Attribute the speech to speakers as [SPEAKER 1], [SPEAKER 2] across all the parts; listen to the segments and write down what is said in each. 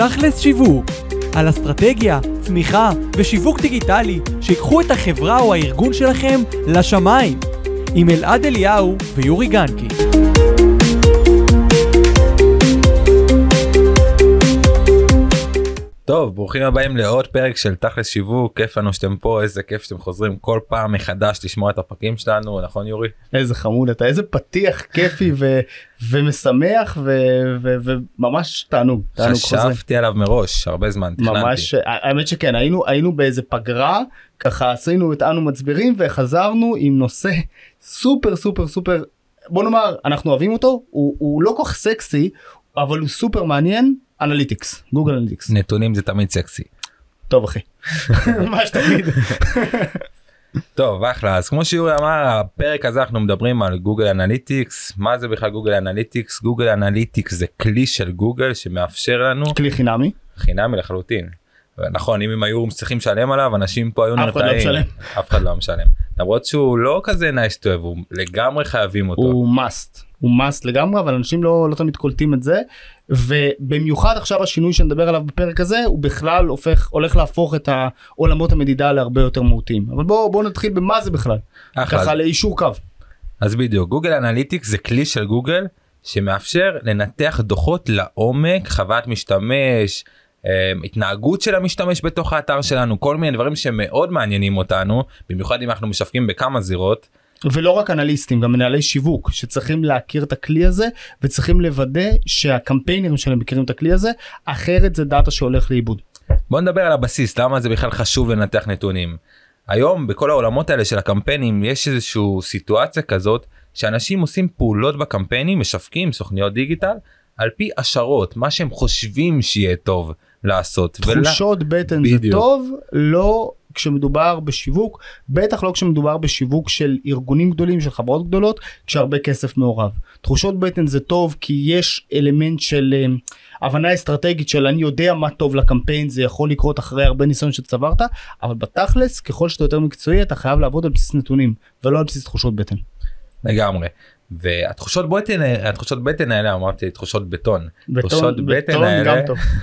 [SPEAKER 1] תכלס שיווק, על אסטרטגיה, צמיחה ושיווק דיגיטלי שיקחו את החברה או הארגון שלכם לשמיים, עם אלעד אליהו ויורי גנקי.
[SPEAKER 2] טוב, ברוכים הבאים לעוד פרק של תכלס שיווק. כיף לנו שאתם פה, איזה כיף שאתם חוזרים כל פעם מחדש לשמוע את הפרקים שלנו, נכון יורי?
[SPEAKER 3] איזה חמוד אתה, איזה פתיח כיפי ומשמח וממש תענוג.
[SPEAKER 2] חשבתי עליו מראש, הרבה זמן, תכננתי.
[SPEAKER 3] ממש, האמת שכן, היינו באיזה פגרה, ככה עשינו את אנו מצבירים וחזרנו עם נושא סופר, בוא נאמר, אנחנו אוהבים אותו, הוא לא כל כך סקסי, אבל הוא סופר מעניין. אנליטיקס, גוגל אנליטיקס.
[SPEAKER 2] נתונים זה תמיד סקסי.
[SPEAKER 3] טוב אחי, מה שתמיד.
[SPEAKER 2] טוב, אחלה. אז כמו שיורי אמר, הפרק הזה אנחנו מדברים על גוגל אנליטיקס. מה זה בכלל גוגל אנליטיקס? גוגל אנליטיקס זה כלי של גוגל שמאפשר לנו...
[SPEAKER 3] כלי חינמי?
[SPEAKER 2] חינמי לחלוטין. נכון, אם הם היו צריכים לשלם עליו, אנשים פה היו נרתעים. אף אחד לא משלם. למרות שהוא לא כזה nice to have, הוא לגמרי חייבים אותו.
[SPEAKER 3] הוא must לגמרי, אבל אנשים לא תמיד קולטים את זה, ובמיוחד עכשיו השינוי שנדבר עליו בפרק הזה, הוא בכלל הולך להפוך את העולמות המדידה להרבה יותר מהותיים. אבל בואו נתחיל במה זה בכלל, ככה לאישור קו.
[SPEAKER 2] אז בדיוק, גוגל אנליטיקס זה כלי של גוגל, שמאפשר לנתח דוחות לעומק, חוויית משתמש, התנהגות של המשתמש בתוך האתר שלנו, כל מיני דברים שמאוד מעניינים אותנו, במיוחד אם אנחנו משווקים בכמה זירות.
[SPEAKER 3] ולא רק אנליסטים, גם מנהלי שיווק שצריכים להכיר את הכלי הזה וצריכים לוודא שהקמפיינרים שלהם מכירים את הכלי הזה, אחרת זה דאטה שהולך לאיבוד.
[SPEAKER 2] בוא נדבר על הבסיס, למה זה בכלל חשוב לנתח נתונים. היום בכל העולמות האלה של הקמפיינים יש איזושהי סיטואציה כזאת שאנשים עושים פעולות בקמפיינים, משווקים סוכניות דיגיטל על פי השערות, מה שהם חושבים שיהיה טוב לעשות.
[SPEAKER 3] תחושות בטן זה טוב, לא כשמדובר בשיווק, בטח לא כשמדובר בשיווק של ארגונים גדולים, של חברות גדולות, כשהרבה כסף מעורב. תחושות בטן זה טוב כי יש אלמנט של הבנה אסטרטגית של אני יודע מה טוב לקמפיין, זה יכול לקרות אחרי הרבה ניסיון שצברת, אבל בתכלס, ככל שאתה יותר מקצועי, אתה חייב לעבוד על בסיס נתונים, ולא על בסיס תחושות בטן.
[SPEAKER 2] לגמרי. והתחושות בטן האלה, אמרתי תחושות בטון. תחושות בטן האלה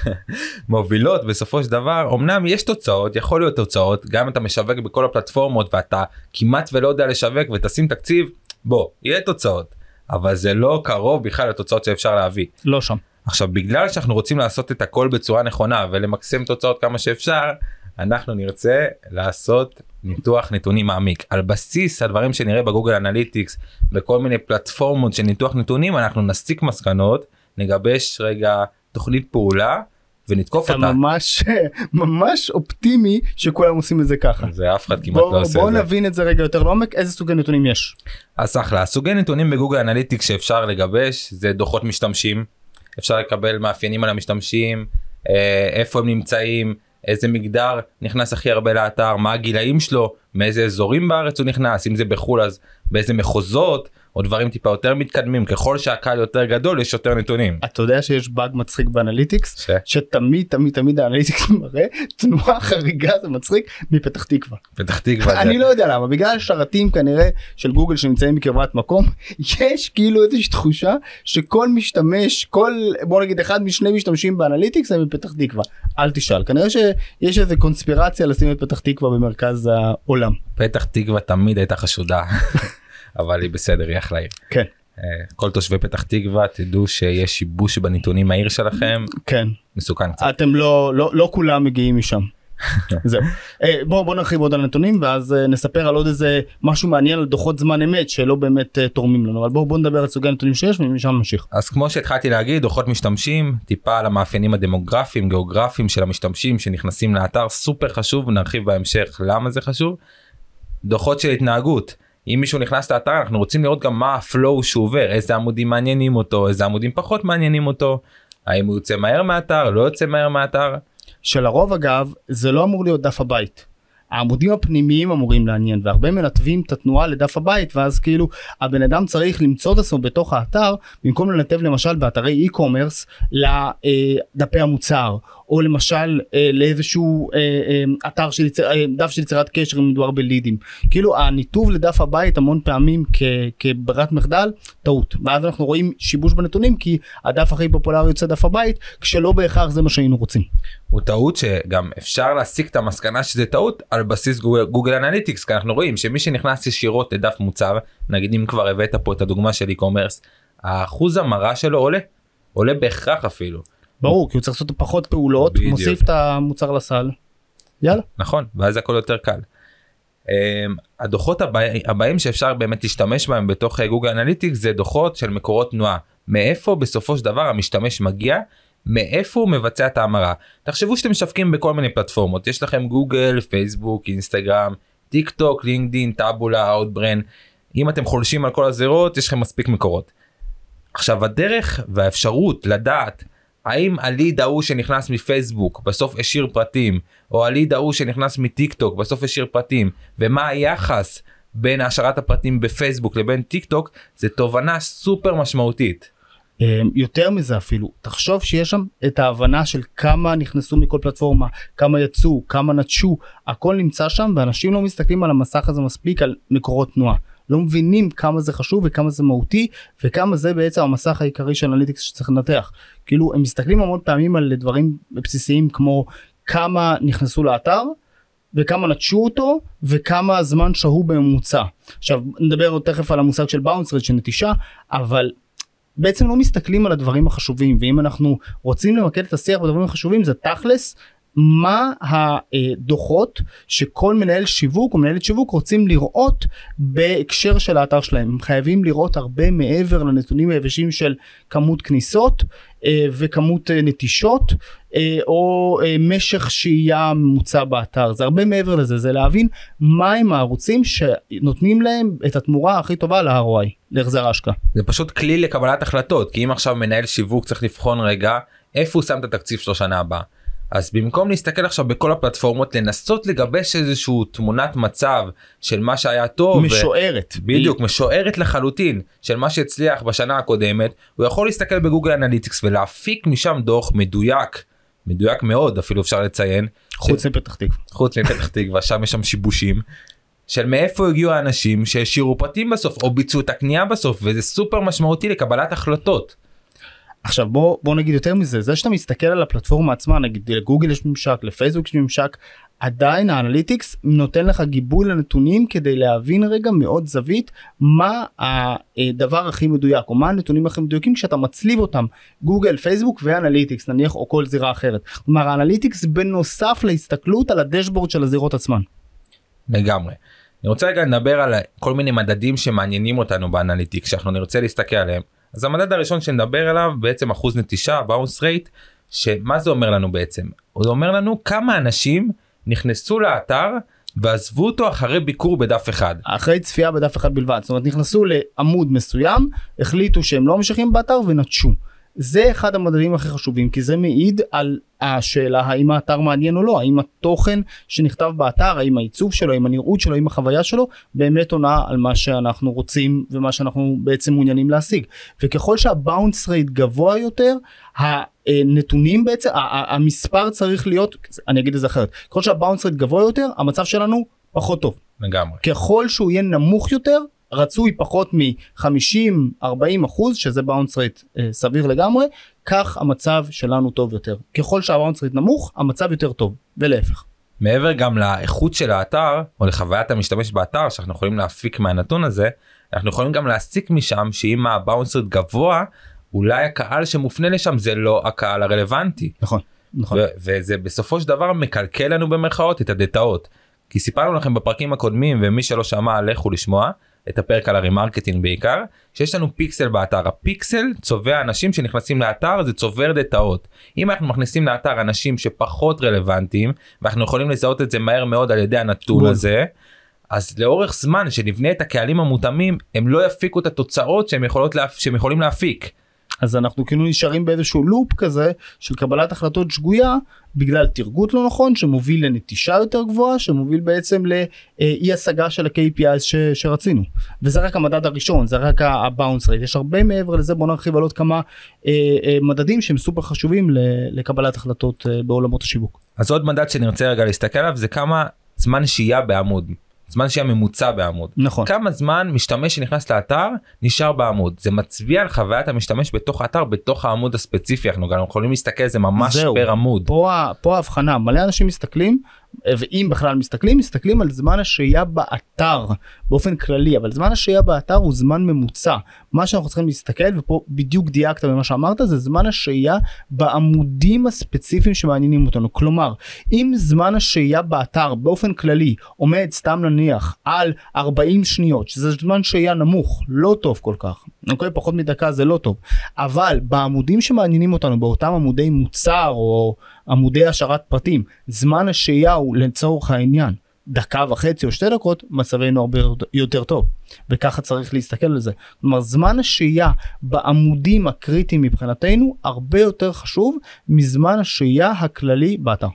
[SPEAKER 2] מובילות בסופו של דבר, אמנם יש תוצאות, יכול להיות תוצאות, גם אתה משווק בכל הפלטפורמות ואתה כמעט ולא יודע לשווק ותשים תקציב, יהיה תוצאות, אבל זה לא קרוב בכלל לתוצאות שאפשר להביא.
[SPEAKER 3] לא שם.
[SPEAKER 2] עכשיו, בגלל שאנחנו רוצים לעשות את הכל בצורה נכונה ולמקסם תוצאות כמה שאפשר, אנחנו נרצה לעשות ניתוח נתונים מעמיק. על בסיס הדברים שנראה בגוגל אנליטיקס, בכל מיני פלטפורמות של ניתוח נתונים, אנחנו נסיק מסקנות, נגבש רגע תוכנית פעולה, ונתקוף אותה.
[SPEAKER 3] ממש אופטימי שכולם עושים את זה ככה.
[SPEAKER 2] זה אף אחד כמעט לא עושה את זה.
[SPEAKER 3] בואו נבין את זה רגע יותר לעומק, איזה סוגי נתונים יש?
[SPEAKER 2] אז אחלה, סוגי נתונים בגוגל אנליטיקס שאפשר לגבש, זה דוחות משתמשים, אפשר לקבל מאפיינים על המשתמשים, איפה הם נמצאים, איזה מגדר נכנס הכי הרבה לאתר, מה הגילאים שלו, מאיזה אזורים בארץ הוא נכנס, אם זה בחול אז באיזה מחוזות, או דברים טיפה יותר מתקדמים, ככל שהקהל יותר גדול יש יותר נתונים.
[SPEAKER 3] אתה יודע שיש באג מצחיק באנליטיקס, שתמיד האנליטיקס מראה תנועה חריגה, זה מצחיק, מפתח תקווה.
[SPEAKER 2] פתח תקווה.
[SPEAKER 3] אני לא יודע למה, בגלל השרתים כנראה של גוגל שנמצאים בקרבת מקום, יש כאילו איזושהי תחושה שכל משתמש, בוא נגיד אחד משני משתמשים באנליטיקס הם מפתח תקווה. אל תשאל, כנראה שיש איזו קונספירציה לשים את פתח תקווה במרכז העולם.
[SPEAKER 2] פתח תקווה תמיד הייתה חשודה. אבל היא בסדר, היא אחלה עיר.
[SPEAKER 3] כן.
[SPEAKER 2] כל תושבי פתח תקווה, תדעו שיש שיבוש בנתונים מהעיר שלכם.
[SPEAKER 3] כן.
[SPEAKER 2] מסוכן קצת.
[SPEAKER 3] אתם לא כולם מגיעים משם. זהו. בואו נרחיב עוד על נתונים, ואז נספר על עוד איזה משהו מעניין על דוחות זמן אמת, שלא באמת תורמים לנו. אבל בואו נדבר על סוגי הנתונים שיש, ומשם נמשיך.
[SPEAKER 2] אז כמו שהתחלתי להגיד, דוחות משתמשים, טיפה על המאפיינים הדמוגרפיים, גיאוגרפיים של המשתמשים שנכנסים לאתר, סופר חשוב, ונרחיב בהמשך למה זה חשוב. דוחות של התנהגות. אם מישהו נכנס לאתר, אנחנו רוצים לראות גם מה הפלואו שהוא עובר, איזה עמודים מעניינים אותו, איזה עמודים פחות מעניינים אותו, האם הוא יוצא מהר מהאתר, לא יוצא מהר מהאתר.
[SPEAKER 3] שלרוב אגב, זה לא אמור להיות דף הבית. העמודים הפנימיים אמורים לעניין, והרבה מנתבים את התנועה לדף הבית, ואז כאילו הבן אדם צריך למצוא את עצמו בתוך האתר, במקום לנתב למשל באתרי e-commerce לדפי המוצר, או למשל לאיזשהו אתר של דף של יצירת קשר אם מדובר בלידים. כאילו הניתוב לדף הבית המון פעמים כברירת מחדל טעות, ואז אנחנו רואים שיבוש בנתונים כי הדף הכי פופולרי יוצא דף הבית, כשלא בהכרח זה מה שהיינו רוצים.
[SPEAKER 2] הוא טעות שגם אפשר להסיק את המסקנה שזה טעות על בסיס גוגל אנליטיקס, כי אנחנו רואים שמי שנכנס ישירות לדף מוצר, נגיד אם כבר הבאת פה את הדוגמה של e-commerce, האחוז המרה שלו עולה בהכרח אפילו.
[SPEAKER 3] ברור, כי הוא צריך לעשות פחות פעולות, מוסיף את המוצר לסל, יאללה.
[SPEAKER 2] נכון, ואז הכל יותר קל. הדוחות הבאים שאפשר באמת להשתמש בהם בתוך גוגל אנליטיקס, זה דוחות של מקורות תנועה. מאיפה בסופו של דבר המשתמש מגיע, מאיפה הוא מבצע את ההמרה. תחשבו שאתם משווקים בכל מיני פלטפורמות, יש לכם גוגל, פייסבוק, אינסטגרם, טיק טוק, לינקדין, טאבולה, אאוטברן. אם אתם חולשים על כל הזירות, יש לכם מספיק מקורות. עכשיו הדרך והאפשרות לדעת האם הליד ההוא שנכנס מפייסבוק בסוף השאיר פרטים, או הליד ההוא שנכנס מטיק טוק בסוף השאיר פרטים, ומה היחס בין השארת הפרטים בפייסבוק לבין טיק טוק, זה תובנה סופר משמעותית.
[SPEAKER 3] יותר מזה אפילו, תחשוב שיש שם את ההבנה של כמה נכנסו מכל פלטפורמה, כמה יצאו, כמה נטשו, הכל נמצא שם, ואנשים לא מסתכלים על המסך הזה מספיק על מקורות תנועה. לא מבינים כמה זה חשוב וכמה זה מהותי וכמה זה בעצם המסך העיקרי של אנליטיקס שצריך לנתח. כאילו הם מסתכלים המון פעמים על דברים בסיסיים כמו כמה נכנסו לאתר וכמה נטשו אותו וכמה זמן שהו בממוצע. עכשיו נדבר עוד תכף על המושג של באונס רייט של נטישה, אבל בעצם לא מסתכלים על הדברים החשובים, ואם אנחנו רוצים למקד את השיח בדברים החשובים זה תכלס מה הדוחות שכל מנהל שיווק או מנהלת שיווק רוצים לראות בהקשר של האתר שלהם. הם חייבים לראות הרבה מעבר לנתונים היבשים של כמות כניסות וכמות נטישות או משך שהייה ממוצע באתר. זה הרבה מעבר לזה, זה להבין מה הם הערוצים שנותנים להם את התמורה הכי טובה ל-ROI, להחזר ההשקעה.
[SPEAKER 2] זה פשוט כלי לקבלת החלטות, כי אם עכשיו מנהל שיווק צריך לבחון רגע איפה הוא שם את התקציב שלו שנה הבאה. אז במקום להסתכל עכשיו בכל הפלטפורמות, לנסות לגבש איזשהו תמונת מצב של מה שהיה טוב.
[SPEAKER 3] משוערת.
[SPEAKER 2] בדיוק, משוערת לחלוטין של מה שהצליח בשנה הקודמת, הוא יכול להסתכל בגוגל אנליטיקס ולהפיק משם דוח מדויק מאוד אפילו אפשר לציין.
[SPEAKER 3] חוץ מפתח תקווה.
[SPEAKER 2] חוץ מפתח תקווה, שם יש שם שיבושים. של מאיפה הגיעו האנשים שהשאירו פרטים בסוף, או ביצעו את הקנייה בסוף, וזה סופר משמעותי לקבלת החלטות.
[SPEAKER 3] עכשיו בוא נגיד יותר מזה, זה שאתה מסתכל על הפלטפורמה עצמה, נגיד לגוגל יש ממשק, לפייסבוק יש ממשק, עדיין האנליטיקס נותן לך גיבוי לנתונים כדי להבין רגע מאוד זווית מה הדבר הכי מדויק, או מה הנתונים הכי מדויקים כשאתה מצליב אותם, גוגל, פייסבוק ואנליטיקס נניח, או כל זירה אחרת. כלומר האנליטיקס בנוסף להסתכלות על הדשבורד של הזירות עצמן.
[SPEAKER 2] לגמרי. אני רוצה רגע לדבר על כל מיני מדדים שמעניינים אותנו באנליטיקס, שאנחנו נרצה להסתכל עליהם. אז המדד הראשון שנדבר עליו בעצם אחוז נטישה, באונס רייט, שמה זה אומר לנו בעצם? זה אומר לנו כמה אנשים נכנסו לאתר ועזבו אותו אחרי ביקור בדף אחד.
[SPEAKER 3] אחרי צפייה בדף אחד בלבד, זאת אומרת נכנסו לעמוד מסוים, החליטו שהם לא ממשיכים באתר ונטשו. זה אחד המדדים הכי חשובים, כי זה מעיד על השאלה האם האתר מעניין או לא, האם התוכן שנכתב באתר, האם העיצוב שלו, האם הנראות שלו, האם החוויה שלו, באמת עונה על מה שאנחנו רוצים ומה שאנחנו בעצם מעוניינים להשיג. וככל שהבאונס רייט גבוה יותר, הנתונים בעצם, המספר צריך להיות, אני אגיד את זה אחרת, ככל שהבאונס רייט גבוה יותר, המצב שלנו פחות טוב.
[SPEAKER 2] לגמרי.
[SPEAKER 3] ככל שהוא יהיה נמוך יותר, רצוי פחות מ-50-40%, שזה באונס רייט סביר לגמרי, כך המצב שלנו טוב יותר. ככל שהבאונס רייט נמוך, המצב יותר טוב, ולהפך.
[SPEAKER 2] מעבר גם לאיכות של האתר, או לחוויית המשתמש באתר, שאנחנו יכולים להפיק מהנתון הזה, אנחנו יכולים גם להסיק משם, שאם הבאונס רייט גבוה, אולי הקהל שמופנה לשם זה לא הקהל הרלוונטי.
[SPEAKER 3] נכון, נכון.
[SPEAKER 2] וזה בסופו של דבר מקלקל לנו במרכאות את הדאטאות. כי סיפרנו לכם בפרקים הקודמים, ומי שלא שמע, לכו לשמוע, את הפרק על הרימרקטינג בעיקר, שיש לנו פיקסל באתר. הפיקסל צובע אנשים שנכנסים לאתר, זה צובר דאטאות. אם אנחנו מכניסים לאתר אנשים שפחות רלוונטיים, ואנחנו יכולים לזהות את זה מהר מאוד על ידי הנתון הזה, אז לאורך זמן שנבנה את הקהלים המותאמים, הם לא יפיקו את התוצאות שהם יכולים להפיק.
[SPEAKER 3] אז אנחנו כאילו נשארים באיזשהו לופ כזה של קבלת החלטות שגויה בגלל תרגות לא נכון שמוביל לנטישה יותר גבוהה שמוביל בעצם לאי השגה של ה-KPIs שרצינו. וזה רק המדד הראשון, זה רק ה-bounce rate. יש הרבה מעבר לזה, בוא נרחיב על עוד כמה מדדים שהם סופר חשובים לקבלת החלטות בעולמות השיווק.
[SPEAKER 2] אז עוד מדד שאני רוצה רגע להסתכל עליו זה כמה זמן שהייה בעמוד. זמן שהייה ממוצע בעמוד.
[SPEAKER 3] נכון.
[SPEAKER 2] כמה זמן משתמש שנכנס לאתר נשאר בעמוד. זה מצביע על חוויית המשתמש בתוך האתר, בתוך העמוד הספציפי. אנחנו גם יכולים להסתכל, זה ממש פר עמוד.
[SPEAKER 3] פה ההבחנה, מלא אנשים מסתכלים, ואם בכלל מסתכלים על זמן השהייה באתר באופן כללי, אבל זמן השהייה באתר הוא זמן ממוצע. מה שאנחנו צריכים להסתכל, ופה בדיוק דייקת במה שאמרת, זה זמן השהייה בעמודים הספציפיים שמעניינים אותנו. כלומר, אם זמן השהייה באתר באופן כללי עומד סתם נניח על 40 שניות, שזה זמן שהייה נמוך, לא טוב כל כך. אוקיי, פחות מדקה זה לא טוב. אבל בעמודים שמעניינים אותנו, באותם עמודי מוצר או עמודי השארת פרטים, זמן השהייה הוא לצורך העניין 1.5 או 2 דקות, מצבנו הרבה יותר טוב. וככה צריך להסתכל על זה. כלומר, זמן השהייה בעמודים הקריטיים מבחינתנו הרבה יותר חשוב מזמן השהייה הכללי באתר.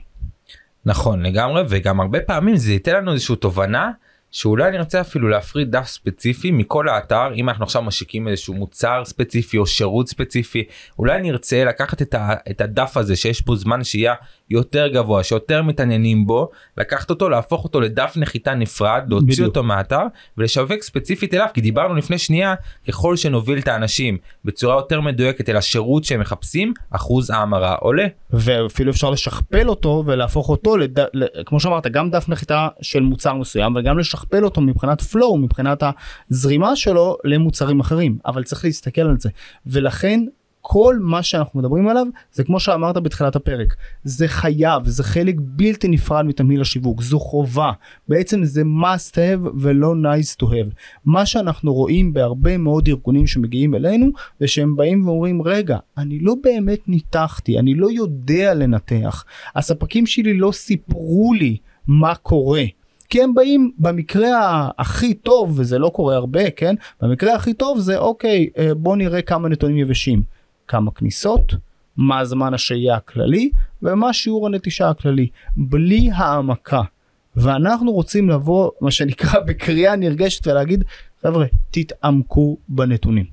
[SPEAKER 2] נכון, לגמרי, וגם הרבה פעמים זה ייתן לנו איזושהי תובנה שאולי נרצה אפילו להפריד דף ספציפי מכל האתר. אם אנחנו עכשיו משיקים איזשהו מוצר ספציפי או שירות ספציפי, אולי נרצה לקחת את הדף הזה שיש בו זמן שהייה יותר גבוה, שיותר מתעניינים בו, לקחת אותו, להפוך אותו לדף נחיתה נפרד, להוציא אותו מהאתר ולשווק ספציפית אליו, כי דיברנו לפני שנייה, ככל שנוביל את האנשים בצורה יותר מדויקת אל השירות שהם מחפשים, אחוז ההמרה עולה.
[SPEAKER 3] ואפילו אפשר לשכפל אותו ולהפוך אותו, כמו שאמרת, גם דף נחיתה של מוצר מסוים, וגם לשכפל אותו מבחינת flow, מבחינת הזרימה שלו למוצרים אחרים, אבל צריך להסתכל על זה. ולכן כל מה שאנחנו מדברים עליו, זה כמו שאמרת בתחילת הפרק, זה חייב, זה חלק בלתי נפרד מתמהיל השיווק, זו חובה, בעצם זה must have ולא nice to have. מה שאנחנו רואים בהרבה מאוד ארגונים שמגיעים אלינו, ושהם באים ואומרים, רגע, אני לא באמת ניתחתי, אני לא יודע לנתח, הספקים שלי לא סיפרו לי מה קורה, כי הם באים במקרה הכי טוב, וזה לא קורה הרבה, כן? במקרה הכי טוב זה, אוקיי, בוא נראה כמה נתונים יבשים. כמה כניסות, מה זמן השהייה הכללי, ומה שיעור הנטישה הכללי. בלי העמקה. ואנחנו רוצים לבוא, מה שנקרא, בקריאה נרגשת ולהגיד, חבר'ה, תתעמקו בנתונים.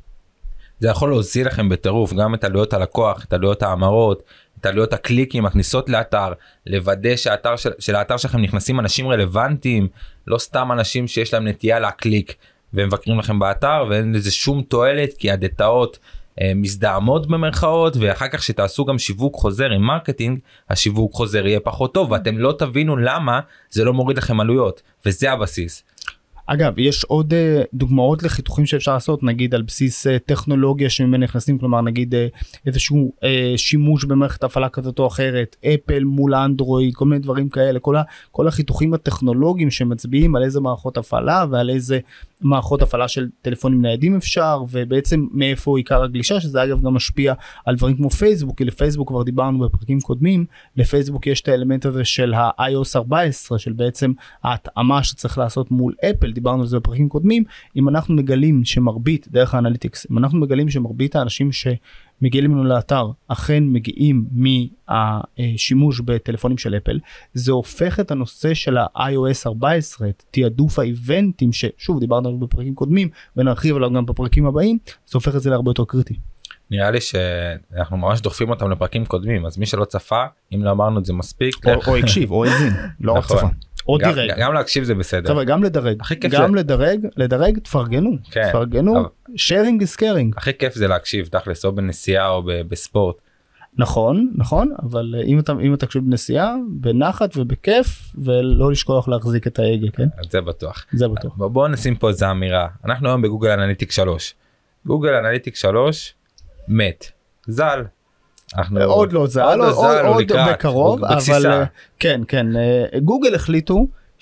[SPEAKER 2] זה יכול להוזיל לכם בטירוף, גם את עלויות הלקוח, את עלויות ההמרות, את עלויות הקליקים, הכניסות לאתר, לוודא שהאתר של האתר שלכם נכנסים אנשים רלוונטיים, לא סתם אנשים שיש להם נטייה להקליק, והם מבקרים לכם באתר, ואין לזה שום תועלת, כי הדאטאות מזדעמות במרכאות, ואחר כך שתעשו גם שיווק חוזר עם מרקטינג, השיווק חוזר יהיה פחות טוב, ואתם לא תבינו למה זה לא מוריד לכם עלויות, וזה הבסיס.
[SPEAKER 3] אגב, יש עוד דוגמאות לחיתוכים שאפשר לעשות, נגיד על בסיס טכנולוגיה שממנה נכנסים, כלומר נגיד איזשהו שימוש במערכת הפעלה כזאת או אחרת, אפל מול אנדרואיד, כל מיני דברים כאלה, כל החיתוכים הטכנולוגיים שמצביעים על איזה מערכות הפעלה ועל איזה מערכות הפעלה של טלפונים ניידים אפשר, ובעצם מאיפה עיקר הגלישה, שזה אגב גם משפיע על דברים כמו פייסבוק, כי לפייסבוק כבר דיברנו בפרקים קודמים, לפייסבוק יש את האלמנט הזה של ה-iOS 14, של בעצם ההתאמה שצריך לעשות מול אפל, דיברנו על זה בפרקים קודמים. אם אנחנו מגלים שמרבית, דרך האנליטיקס, אם אנחנו מגלים שמרבית האנשים שמגיעים לנו לאתר, אכן מגיעים מהשימוש בטלפונים של אפל, זה הופך את הנושא של ה-iOS 14, את תיעדוף האיבנטים, ששוב דיברנו עליו בפרקים קודמים, ונרחיב עליו גם בפרקים הבאים, זה הופך את זה להרבה יותר קריטי.
[SPEAKER 2] נראה לי שאנחנו ממש דוחפים אותם לפרקים קודמים, אז מי שלא צפה, אם לא אמרנו את זה מספיק,
[SPEAKER 3] או הקשיב, או הזין, לא רק צפה. או דירג.
[SPEAKER 2] גם להקשיב זה בסדר.
[SPEAKER 3] חבר'ה, גם לדרג. גם לדרג, תפרגנו. sharing is caring.
[SPEAKER 2] הכי כיף זה להקשיב, תכלס, או בנסיעה או בספורט.
[SPEAKER 3] נכון, אבל אם אתה תקשיב בנסיעה, בנחת ובכיף, ולא לשכוח להחזיק את ההגה, כן?
[SPEAKER 2] זה בטוח.
[SPEAKER 3] זה בטוח.
[SPEAKER 2] בואו נשים פה איזה אמירה. אנחנו היום בגוגל אנליטיק 3. גוגל אנליטיק 3 מת. זל.
[SPEAKER 3] עוד לא זל, עוד בקרוב, אבל כן, גוגל החליטו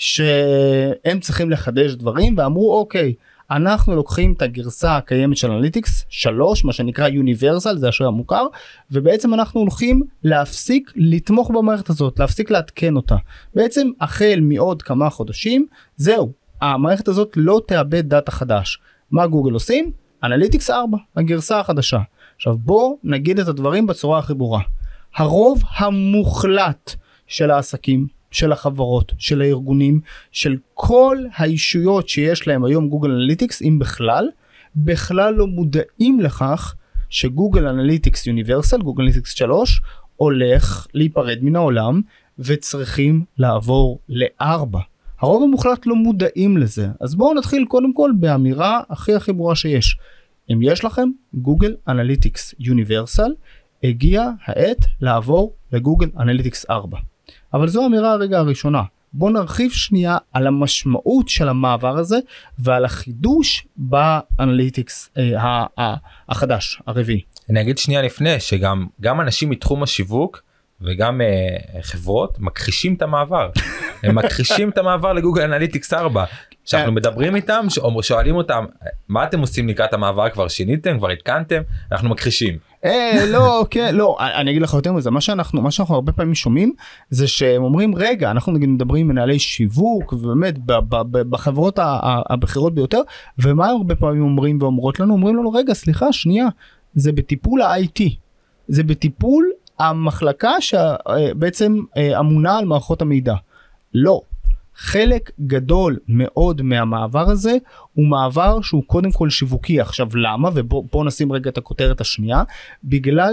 [SPEAKER 3] שהם צריכים לחדש דברים, ואמרו אוקיי, אנחנו לוקחים את הגרסה הקיימת של אנליטיקס 3, מה שנקרא יוניברסל, זה השם המוכר, ובעצם אנחנו הולכים להפסיק לתמוך במערכת הזאת, להפסיק להתקן אותה. בעצם החל מעוד כמה חודשים, זהו, המערכת הזאת לא תאבד דאטה חדש. מה גוגל עושים? אנליטיקס 4, הגרסה החדשה. עכשיו בוא נגיד את הדברים בצורה הכי ברורה. הרוב המוחלט של העסקים, של החברות, של הארגונים, של כל הישויות שיש להם היום גוגל אנליטיקס, אם בכלל לא מודעים לכך שגוגל אנליטיקס יוניברסל, גוגל אנליטיקס 3, הולך להיפרד מן העולם וצריכים לעבור ל4. הרוב המוחלט לא מודעים לזה. אז בואו נתחיל קודם כל באמירה הכי ברורה שיש. אם יש לכם גוגל אנליטיקס יוניברסל, הגיע העת לעבור לגוגל אנליטיקס 4. אבל זו האמירה הרגע הראשונה. בואו נרחיב שנייה על המשמעות של המעבר הזה ועל החידוש באנליטיקס החדש, הרביעי.
[SPEAKER 2] אני אגיד שנייה לפני שגם אנשים מתחום השיווק וגם חברות מכחישים את המעבר. הם מכחישים את המעבר לגוגל אנליטיקס 4. כשאנחנו מדברים איתם, שואלים אותם, מה אתם עושים לקראת המעבר? כבר שיניתם? כבר התקנתם? אנחנו מכחישים.
[SPEAKER 3] לא, אני אגיד לך יותר מזה, מה שאנחנו הרבה פעמים שומעים, זה שהם אומרים, רגע, אנחנו נגיד מדברים עם מנהלי שיווק, ובאמת בחברות הבכירות ביותר, ומה הרבה פעמים אומרים ואומרות לנו? אומרים לנו, רגע, סליחה, שנייה, זה בטיפול ה-IT. זה בטיפול המחלקה שבעצם אמונה על מערכות המידע. לא. חלק גדול מאוד מהמעבר הזה הוא מעבר שהוא קודם כל שיווקי. עכשיו למה? ובוא נשים רגע את הכותרת השנייה. בגלל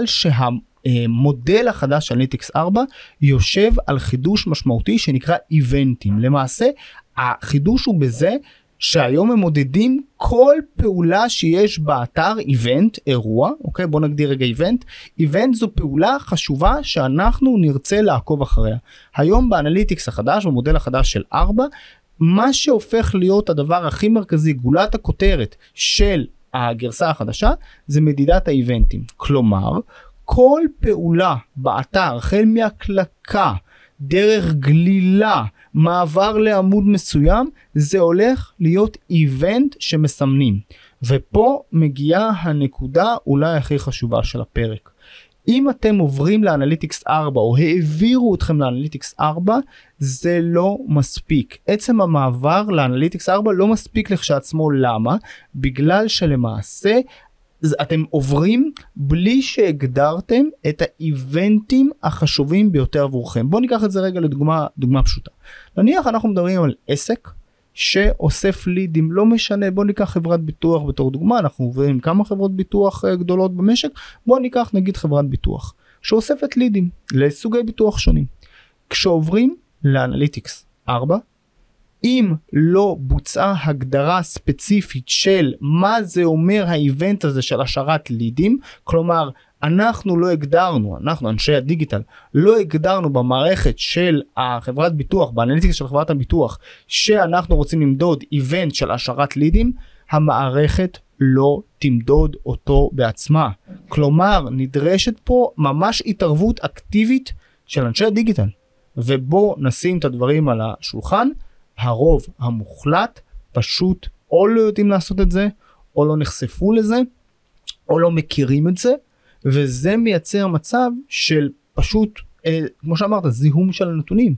[SPEAKER 3] שהמודל החדש של אנליטיקס 4 יושב על חידוש משמעותי שנקרא איבנטים. למעשה החידוש הוא בזה שהיום הם מודדים כל פעולה שיש באתר איבנט, אירוע, אוקיי? בוא נגדיר רגע איבנט. איבנט זו פעולה חשובה שאנחנו נרצה לעקוב אחריה. היום באנליטיקס החדש, במודל החדש של 4, מה שהופך להיות הדבר הכי מרכזי, גולת הכותרת של הגרסה החדשה, זה מדידת האיבנטים. כלומר, כל פעולה באתר, החל מהקלקה, דרך גלילה, מעבר לעמוד מסוים, זה הולך להיות איבנט שמסמנים. ופה מגיעה הנקודה אולי הכי חשובה של הפרק. אם אתם עוברים לאנליטיקס 4 או העבירו אתכם לאנליטיקס 4, זה לא מספיק. עצם המעבר לאנליטיקס 4 לא מספיק לכשעצמו. למה? בגלל שלמעשה אתם עוברים בלי שהגדרתם את האיבנטים החשובים ביותר עבורכם. בואו ניקח את זה רגע לדוגמה פשוטה. נניח אנחנו מדברים על עסק שאוסף לידים, לא משנה, בואו ניקח חברת ביטוח בתור דוגמה, אנחנו עוברים כמה חברות ביטוח גדולות במשק, בואו ניקח נגיד חברת ביטוח שאוספת לידים לסוגי ביטוח שונים. כשעוברים לאנליטיקס 4, אם לא בוצעה הגדרה ספציפית של מה זה אומר האיבנט הזה של השארת לידים, כלומר אנחנו לא הגדרנו, אנחנו אנשי הדיגיטל, לא הגדרנו במערכת של החברת ביטוח, באנליטיקה של חברת הביטוח, שאנחנו רוצים למדוד איבנט של השארת לידים, המערכת לא תמדוד אותו בעצמה. כלומר נדרשת פה ממש התערבות אקטיבית של אנשי הדיגיטל. ובוא נשים את הדברים על השולחן, הרוב המוחלט פשוט או לא יודעים לעשות את זה, או לא נחשפו לזה, או לא מכירים את זה, וזה מייצר מצב של פשוט, כמו שאמרת, זיהום של הנתונים.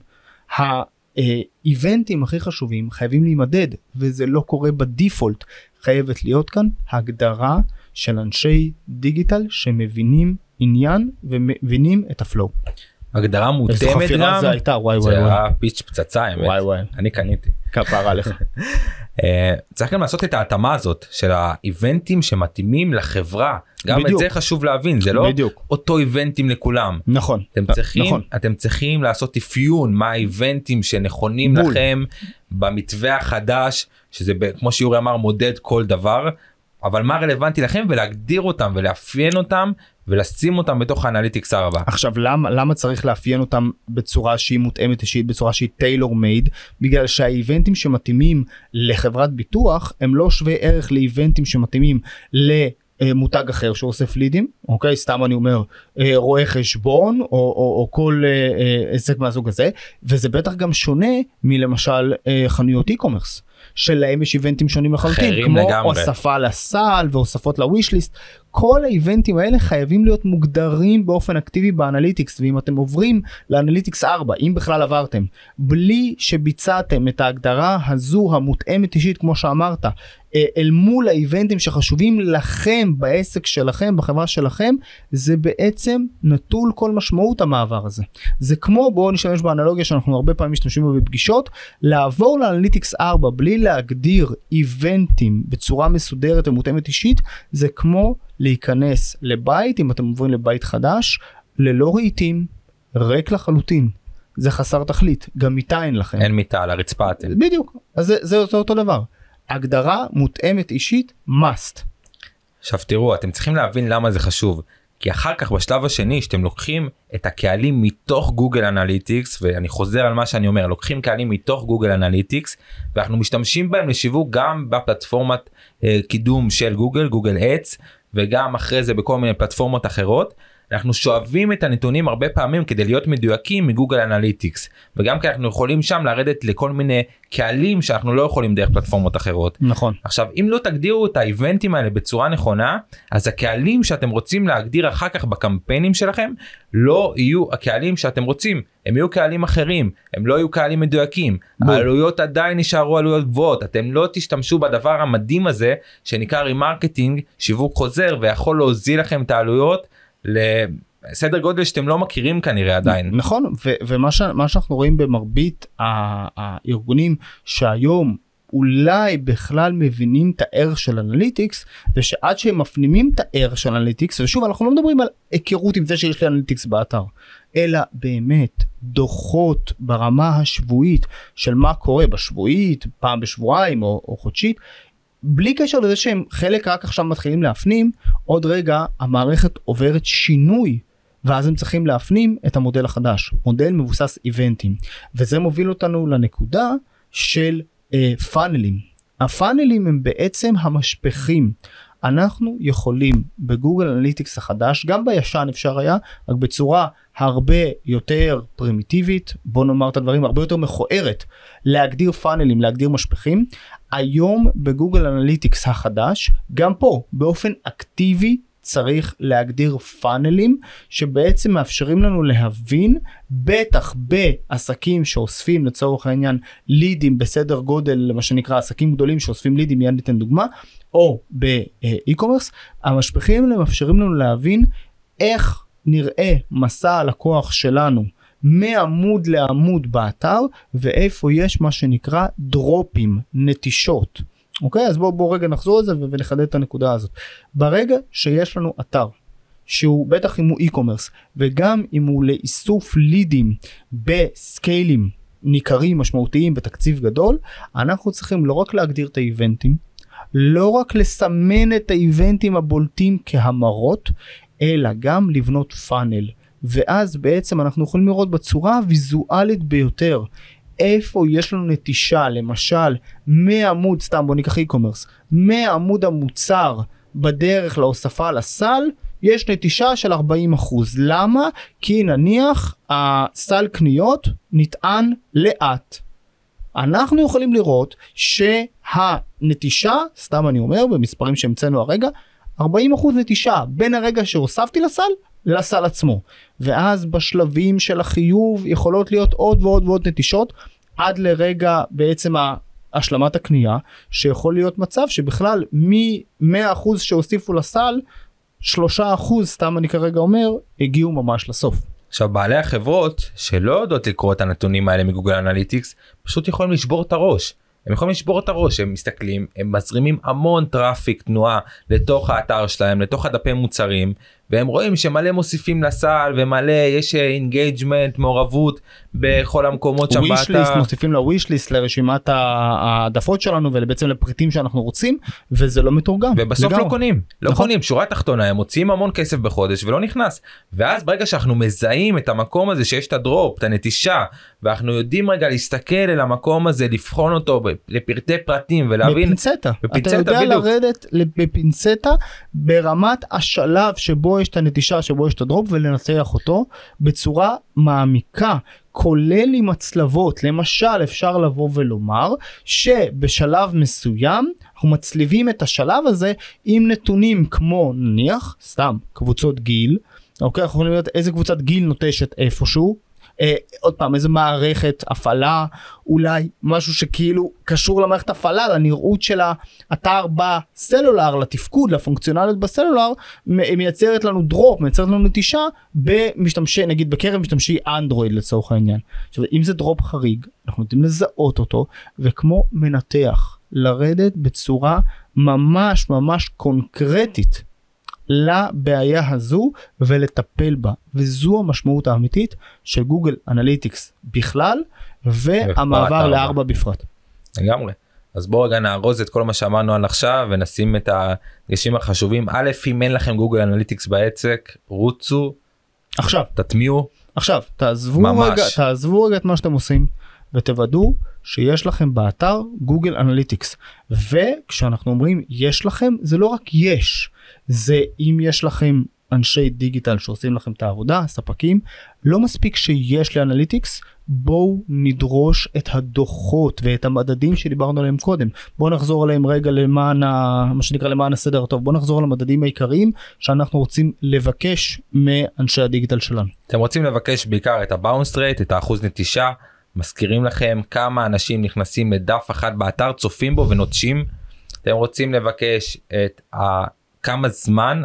[SPEAKER 3] האיבנטים הכי חשובים חייבים להימדד, וזה לא קורה בדיפולט. חייבת להיות כאן הגדרה של אנשי דיגיטל שמבינים עניין ומבינים את הפלואו.
[SPEAKER 2] הגדרה מותאמת גם,
[SPEAKER 3] זה הייתה, וואי.
[SPEAKER 2] זה היה פיץ' פצצה, האמת.
[SPEAKER 3] וואי.
[SPEAKER 2] אני קניתי.
[SPEAKER 3] כפרה לך.
[SPEAKER 2] צריך גם לעשות את ההתאמה הזאת של האיבנטים שמתאימים לחברה. גם את זה חשוב להבין, זה לא אותו איבנטים לכולם.
[SPEAKER 3] נכון.
[SPEAKER 2] אתם צריכים לעשות אפיון מה האיבנטים שנכונים לכם במתווה החדש, שזה כמו שיורי אמר מודד כל דבר, אבל מה רלוונטי לכם ולהגדיר אותם ולאפיין אותם ולשים אותם בתוך האנליטיקס 4.
[SPEAKER 3] עכשיו למה צריך לאפיין אותם בצורה שהיא מותאמת אישית, בצורה שהיא טיילור מייד? בגלל שהאיבנטים שמתאימים לחברת ביטוח הם לא שווה ערך לאיבנטים שמתאימים למותג אחר שאוסף לידים, אוקיי? סתם אני אומר רואה חשבון או כל עסק מהסוג הזה, וזה בטח גם שונה מלמשל חנויות e-commerce. שלהם יש איבנטים שונים לחלוטין, כמו הוספה לסל והוספות לווישליסט. כל האיבנטים האלה חייבים להיות מוגדרים באופן אקטיבי באנליטיקס, ואם אתם עוברים לאנליטיקס 4, אם בכלל עברתם, בלי שביצעתם את ההגדרה הזו המותאמת אישית, כמו שאמרת, אל מול האיבנטים שחשובים לכם בעסק שלכם, בחברה שלכם, זה בעצם נטול כל משמעות המעבר הזה. זה כמו, בואו נשתמש באנלוגיה שאנחנו הרבה פעמים משתמשים בה בפגישות, לעבור לאנליטיקס 4 בלי להגדיר איבנטים בצורה מסודרת ומותאמת אישית, זה כמו להיכנס לבית, אם אתם עוברים לבית חדש, ללא רהיטים, ריק לחלוטין. זה חסר תכלית, גם מיטה אין לכם.
[SPEAKER 2] אין מיטה, על הרצפה.
[SPEAKER 3] בדיוק, אז זה אותו דבר. הגדרה מותאמת אישית, must.
[SPEAKER 2] עכשיו תראו, אתם צריכים להבין למה זה חשוב. כי אחר כך בשלב השני, שאתם לוקחים את הקהלים מתוך גוגל אנליטיקס, ואני חוזר על מה שאני אומר, לוקחים קהלים מתוך גוגל אנליטיקס, ואנחנו משתמשים בהם לשיווק גם בפלטפורמת קידום של גוגל, גוגל אדס, וגם אחרי זה בכל מיני פלטפורמות אחרות. אנחנו שואבים את הנתונים הרבה פעמים כדי להיות מדויקים מגוגל אנליטיקס, וגם כי אנחנו יכולים שם לרדת לכל מיני קהלים שאנחנו לא יכולים דרך פלטפורמות אחרות.
[SPEAKER 3] נכון.
[SPEAKER 2] עכשיו, אם לא תגדירו את האיבנטים האלה בצורה נכונה, אז הקהלים שאתם רוצים להגדיר אחר כך בקמפיינים שלכם, לא יהיו הקהלים שאתם רוצים, הם יהיו קהלים אחרים, הם לא יהיו קהלים מדויקים, העלויות עדיין נשארו עלויות גבוהות, אתם לא תשתמשו בדבר המדהים הזה, שנקרא רימרקטינג, שיווק חוזר, ויכול להוזיל לכם את העלויות, לסדר גודל שאתם לא מכירים כנראה עדיין.
[SPEAKER 3] נכון, ומה שאנחנו רואים במרבית הארגונים שהיום אולי בכלל מבינים את הערך של אנליטיקס, ושעד שהם מפנימים את הערך של אנליטיקס, ושוב אנחנו לא מדברים על היכרות עם זה שיש לי אנליטיקס באתר, אלא באמת דוחות ברמה השבועית של מה קורה בשבועית, פעם בשבועיים או חודשית, בלי קשר לזה שהם חלק רק עכשיו מתחילים להפנים, עוד רגע המערכת עוברת שינוי, ואז הם צריכים להפנים את המודל החדש, מודל מבוסס איבנטים, וזה מוביל אותנו לנקודה של פאנלים. הפאנלים הם בעצם המשפחים. אנחנו יכולים בגוגל אנליטיקס החדש, גם בישן אפשר היה, רק בצורה הרבה יותר פרימיטיבית, בוא נאמר את הדברים, הרבה יותר מכוערת, להגדיר פאנלים, להגדיר משפחים. היום בגוגל אנליטיקס החדש, גם פה באופן אקטיבי, צריך להגדיר פאנלים שבעצם מאפשרים לנו להבין, בטח בעסקים שאוספים לצורך העניין לידים בסדר גודל, מה שנקרא עסקים גדולים שאוספים לידים, מיד ניתן דוגמה, או באי-קומרס, המשפחים האלה מאפשרים לנו להבין איך נראה מסע הלקוח שלנו מעמוד לעמוד באתר, ואיפה יש מה שנקרא דרופים, נטישות. אוקיי, אז בואו רגע נחזור על זה ונחדד את הנקודה הזאת. ברגע שיש לנו אתר, שהוא בטח אם הוא אי-קומרס, וגם אם הוא לאיסוף לידים בסקיילים ניכרים, משמעותיים, בתקציב גדול, אנחנו צריכים לא רק להגדיר את האיבנטים, לא רק לסמן את האיבנטים הבולטים כהמרות, אלא גם לבנות פאנל. ואז בעצם אנחנו יכולים לראות בצורה הוויזואלית ביותר, איפה יש לנו נטישה, למשל, מעמוד, סתם בוא ניקח אי-קומרס, מעמוד המוצר בדרך להוספה לסל, יש נטישה של 40%. למה? כי נניח הסל קניות נטען לאט. אנחנו יכולים לראות שהנטישה, סתם אני אומר, במספרים שהמצאנו הרגע, 40% נטישה בין הרגע שהוספתי לסל עצמו. ואז בשלבים של החיוב יכולות להיות עוד ועוד ועוד נטישות, עד לרגע בעצם השלמת הקנייה, שיכול להיות מצב שבכלל מ-100% שהוסיפו לסל, 3%, סתם אני כרגע אומר, הגיעו ממש לסוף.
[SPEAKER 2] עכשיו בעלי החברות שלא יודעות לקרוא את הנתונים האלה מגוגל אנליטיקס, פשוט יכולים לשבור את הראש. הם יכולים לשבור את הראש, הם מסתכלים, הם מזרימים המון טראפיק תנועה לתוך האתר שלהם, לתוך הדפי מוצרים, והם רואים שמלא מוסיפים לסל, ומלא יש אינגייג'מנט, מעורבות בכל המקומות שם באתר.
[SPEAKER 3] מוסיפים לוויש-ליסט לרשימת העדפות שלנו, ובעצם לפריטים שאנחנו רוצים, וזה לא מתורגם.
[SPEAKER 2] ובסוף לא קונים, לא קונים, שורה תחתונה, הם מוציאים המון כסף בחודש ולא נכנס. ואז ברגע שאנחנו מזהים את המקום הזה שיש את הדרופ, את הנטישה, ואנחנו יודעים רגע להסתכל על המקום הזה, לבחון אותו לפרטי פרטים ולהבין.
[SPEAKER 3] בפינצטה. אתה יודע לרדת בפינצטה ברמת השלב שבו יש את הנטישה, שבו יש את הדרופ, ולנתח אותו בצורה מעמיקה, כולל עם הצלבות. למשל, אפשר לבוא ולומר שבשלב מסוים אנחנו מצליבים את השלב הזה עם נתונים כמו נניח, סתם, קבוצות גיל. אוקיי, אנחנו יכולים לראות איזה קבוצת גיל נוטשת איפשהו, עוד פעם, איזה מערכת הפעלה, אולי משהו שכאילו קשור למערכת הפעלה, לנראות של האתר בסלולר, לתפקוד, לפונקציונליות בסלולר, מייצרת לנו דרופ, מייצרת לנו נטישה, במשתמשי, נגיד בקרב משתמשי אנדרואיד לצורך העניין. עכשיו, אם זה דרופ חריג, אנחנו נותנים לזהות אותו, וכמו מנתח, לרדת בצורה ממש ממש קונקרטית, לבעיה הזו ולטפל בה, וזו המשמעות האמיתית של גוגל אנליטיקס בכלל והמעבר ל4 בפרט.
[SPEAKER 2] לגמרי. אז בואו רגע נארוז את כל מה שאמרנו עד עכשיו ונשים את הדגשים החשובים. א', אם אין לכם גוגל אנליטיקס בעסק, רוצו
[SPEAKER 3] עכשיו,
[SPEAKER 2] תטמיעו
[SPEAKER 3] עכשיו תעזבו רגע את מה שאתם עושים ותוודאו שיש לכם באתר גוגל אנליטיקס. וכשאנחנו אומרים יש לכם, זה לא רק יש, זה אם יש לכם אנשי דיגיטל שעושים לכם את העבודה, ספקים, לא מספיק שיש לי אנליטיקס, בואו נדרוש את הדוחות ואת המדדים שדיברנו עליהם קודם. בואו נחזור עליהם רגע למען מה שנקרא למען הסדר הטוב. בואו נחזור על המדדים העיקריים שאנחנו רוצים לבקש מאנשי הדיגיטל שלנו.
[SPEAKER 2] אתם רוצים לבקש בעיקר את הבאונס רייט, את האחוז נטישה, מזכירים לכם כמה אנשים נכנסים לדף אחד באתר, צופים בו ונוטשים. אתם רוצים לבקש את כמה הזמן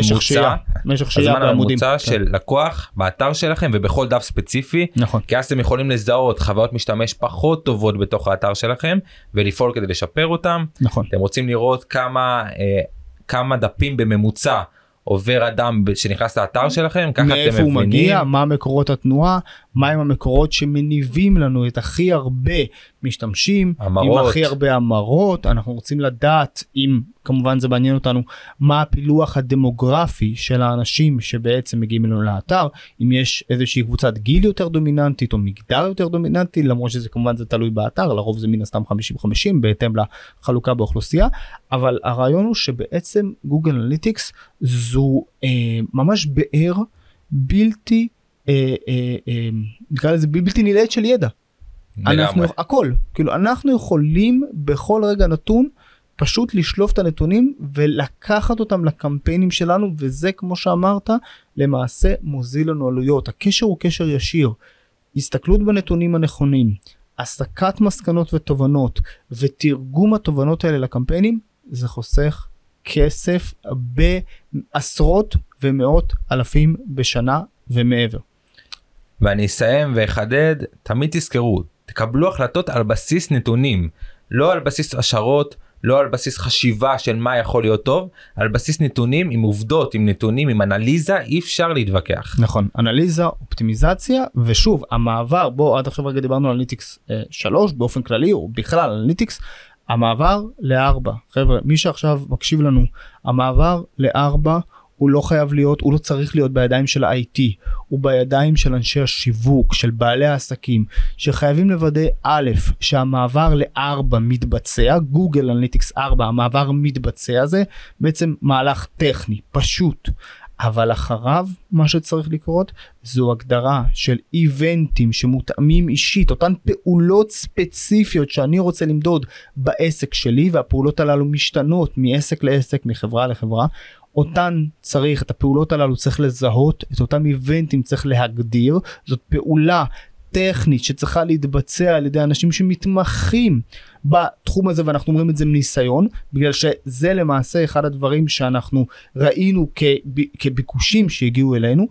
[SPEAKER 2] הממוצע של לקוח באתר שלכם ובכל דף ספציפי,
[SPEAKER 3] נכון.
[SPEAKER 2] כי אז אתם יכולים לזהות חוויות משתמש פחות טובות בתוך האתר שלכם ולפעול כדי לשפר אותם.
[SPEAKER 3] נכון.
[SPEAKER 2] אתם רוצים לראות כמה דפים בממוצע עובר אדם שנכנס לאתר שלכם, ככה אתם מבינים.
[SPEAKER 3] מאיפה הוא מגיע, מה מקורות התנועה, מה הם המקורות שמניבים לנו את הכי הרבה משתמשים,
[SPEAKER 2] המרות.
[SPEAKER 3] עם הכי הרבה המרות. אנחנו רוצים לדעת, אם כמובן זה מעניין אותנו, מה הפילוח הדמוגרפי של האנשים שבעצם מגיעים אלינו לאתר, אם יש איזושהי קבוצת גיל יותר דומיננטית או מגדר יותר דומיננטי, למרות שזה כמובן זה תלוי באתר, לרוב זה מן הסתם 50-50 בהתאם לחלוקה באוכלוסייה, אבל הרעיון הוא שבעצם גוגל אנליטיקס זו ממש באר בלתי נקרא לזה בלתי נלאית של ידע. הכל, כאילו אנחנו יכולים בכל רגע נתון פשוט לשלוף את הנתונים ולקחת אותם לקמפיינים שלנו, וזה כמו שאמרת למעשה מוזיל לנו עלויות. הקשר הוא קשר ישיר, הסתכלות בנתונים הנכונים, הסקת מסקנות ותובנות ותרגום התובנות האלה לקמפיינים, זה חוסך כסף בעשרות ומאות אלפים בשנה ומעבר.
[SPEAKER 2] ואני אסיים ואחדד, תמיד תזכרו, תקבלו החלטות על בסיס נתונים, לא על בסיס השערות, לא על בסיס חשיבה של מה יכול להיות טוב, על בסיס נתונים עם עובדות, עם נתונים, עם אנליזה, אי אפשר להתווכח.
[SPEAKER 3] נכון, אנליזה, אופטימיזציה, ושוב, המעבר, בוא עד עכשיו רגע דיברנו על אנליטיקס 3, באופן כללי, או בכלל אנליטיקס, המעבר ל4, חבר'ה, מי שעכשיו מקשיב לנו, המעבר ל4, הוא לא חייב להיות, הוא לא צריך להיות בידיים של ה-IT, הוא בידיים של אנשי השיווק, של בעלי העסקים, שחייבים לוודא א', שהמעבר ל4 מתבצע, גוגל אנליטיקס 4, המעבר מתבצע, זה בעצם מהלך טכני, פשוט, אבל אחריו מה שצריך לקרות, זו הגדרה של איבנטים שמותאמים אישית, אותן פעולות ספציפיות שאני רוצה למדוד בעסק שלי, והפעולות הללו משתנות מעסק לעסק, מחברה לחברה, אותן צריך, את הפעולות הללו צריך לזהות, את אותם איבנטים צריך להגדיר, זאת פעולה טכנית שצריכה להתבצע על ידי אנשים שמתמחים בתחום הזה, ואנחנו אומרים את זה מניסיון, בגלל שזה למעשה אחד הדברים שאנחנו ראינו כביקושים שהגיעו אלינו,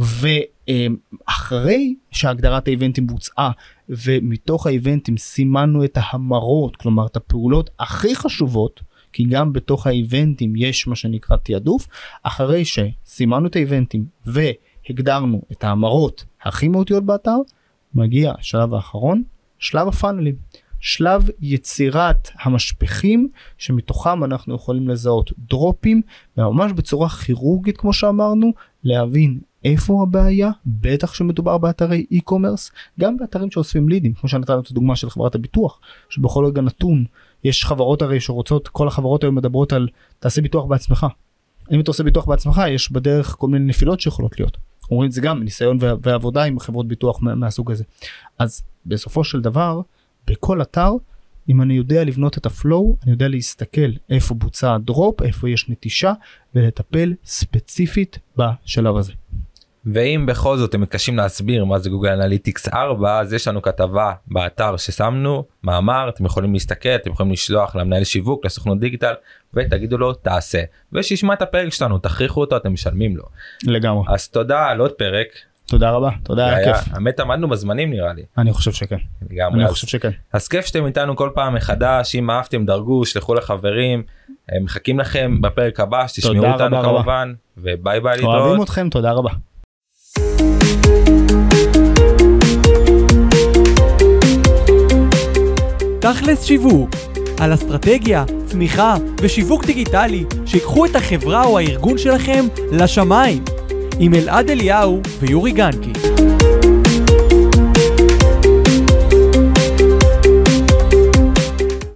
[SPEAKER 3] ואחרי שהגדרת האיבנטים בוצעה, ומתוך האיבנטים סימנו את ההמרות, כלומר את הפעולות הכי חשובות, כי גם בתוך האיבנטים יש מה שנקרא תיעדוף, אחרי שסימנו את האיבנטים והגדרנו את ההמרות הכי מהותיות באתר, מגיע השלב האחרון, שלב הפאנלים, שלב יצירת המשפחים שמתוכם אנחנו יכולים לזהות דרופים, וממש בצורה כירורגית כמו שאמרנו, להבין איפה הבעיה, בטח שמדובר באתרי e-commerce, גם באתרים שאוספים לידים, כמו שנתנו את הדוגמה של חברת הביטוח, שבכל רגע נתון, יש חברות הרי שרוצות, כל החברות היום מדברות על תעשה ביטוח בעצמך. אם אתה עושה ביטוח בעצמך, יש בדרך כל מיני נפילות שיכולות להיות. אומרים את זה גם ניסיון ועבודה עם חברות ביטוח מהסוג הזה. אז בסופו של דבר, בכל אתר, אם אני יודע לבנות את הפלואו, אני יודע להסתכל איפה בוצע הדרופ, איפה יש נטישה, ולטפל ספציפית בשלב הזה.
[SPEAKER 2] ואם בכל זאת אתם מתקשים להסביר מה זה גוגל אנליטיקס 4, אז יש לנו כתבה באתר ששמנו, מאמר, אתם יכולים להסתכל, אתם יכולים לשלוח למנהל שיווק, לסוכנות דיגיטל, ותגידו לו תעשה. ושישמע את הפרק שלנו, תכריחו אותו, אתם משלמים לו.
[SPEAKER 3] לגמרי.
[SPEAKER 2] אז תודה על עוד פרק.
[SPEAKER 3] תודה רבה, תודה, היה כיף.
[SPEAKER 2] האמת עמדנו בזמנים נראה לי.
[SPEAKER 3] אני חושב שכן.
[SPEAKER 2] לגמרי.
[SPEAKER 3] אני חושב שכן.
[SPEAKER 2] אז כיף שאתם איתנו כל פעם מחדש, אם אהבתם דרגו, שלחו לחברים, מחכים לכם בפרק הבא, שתשמעו אותנו כמובן, וביי ביי להתראות.
[SPEAKER 3] אוהבים אתכם, תודה רבה.
[SPEAKER 1] תכלס שיווק, על אסטרטגיה, צמיחה ושיווק דיגיטלי שיקחו את החברה או הארגון שלכם לשמיים, עם אלעד אליהו ויורי גנקי.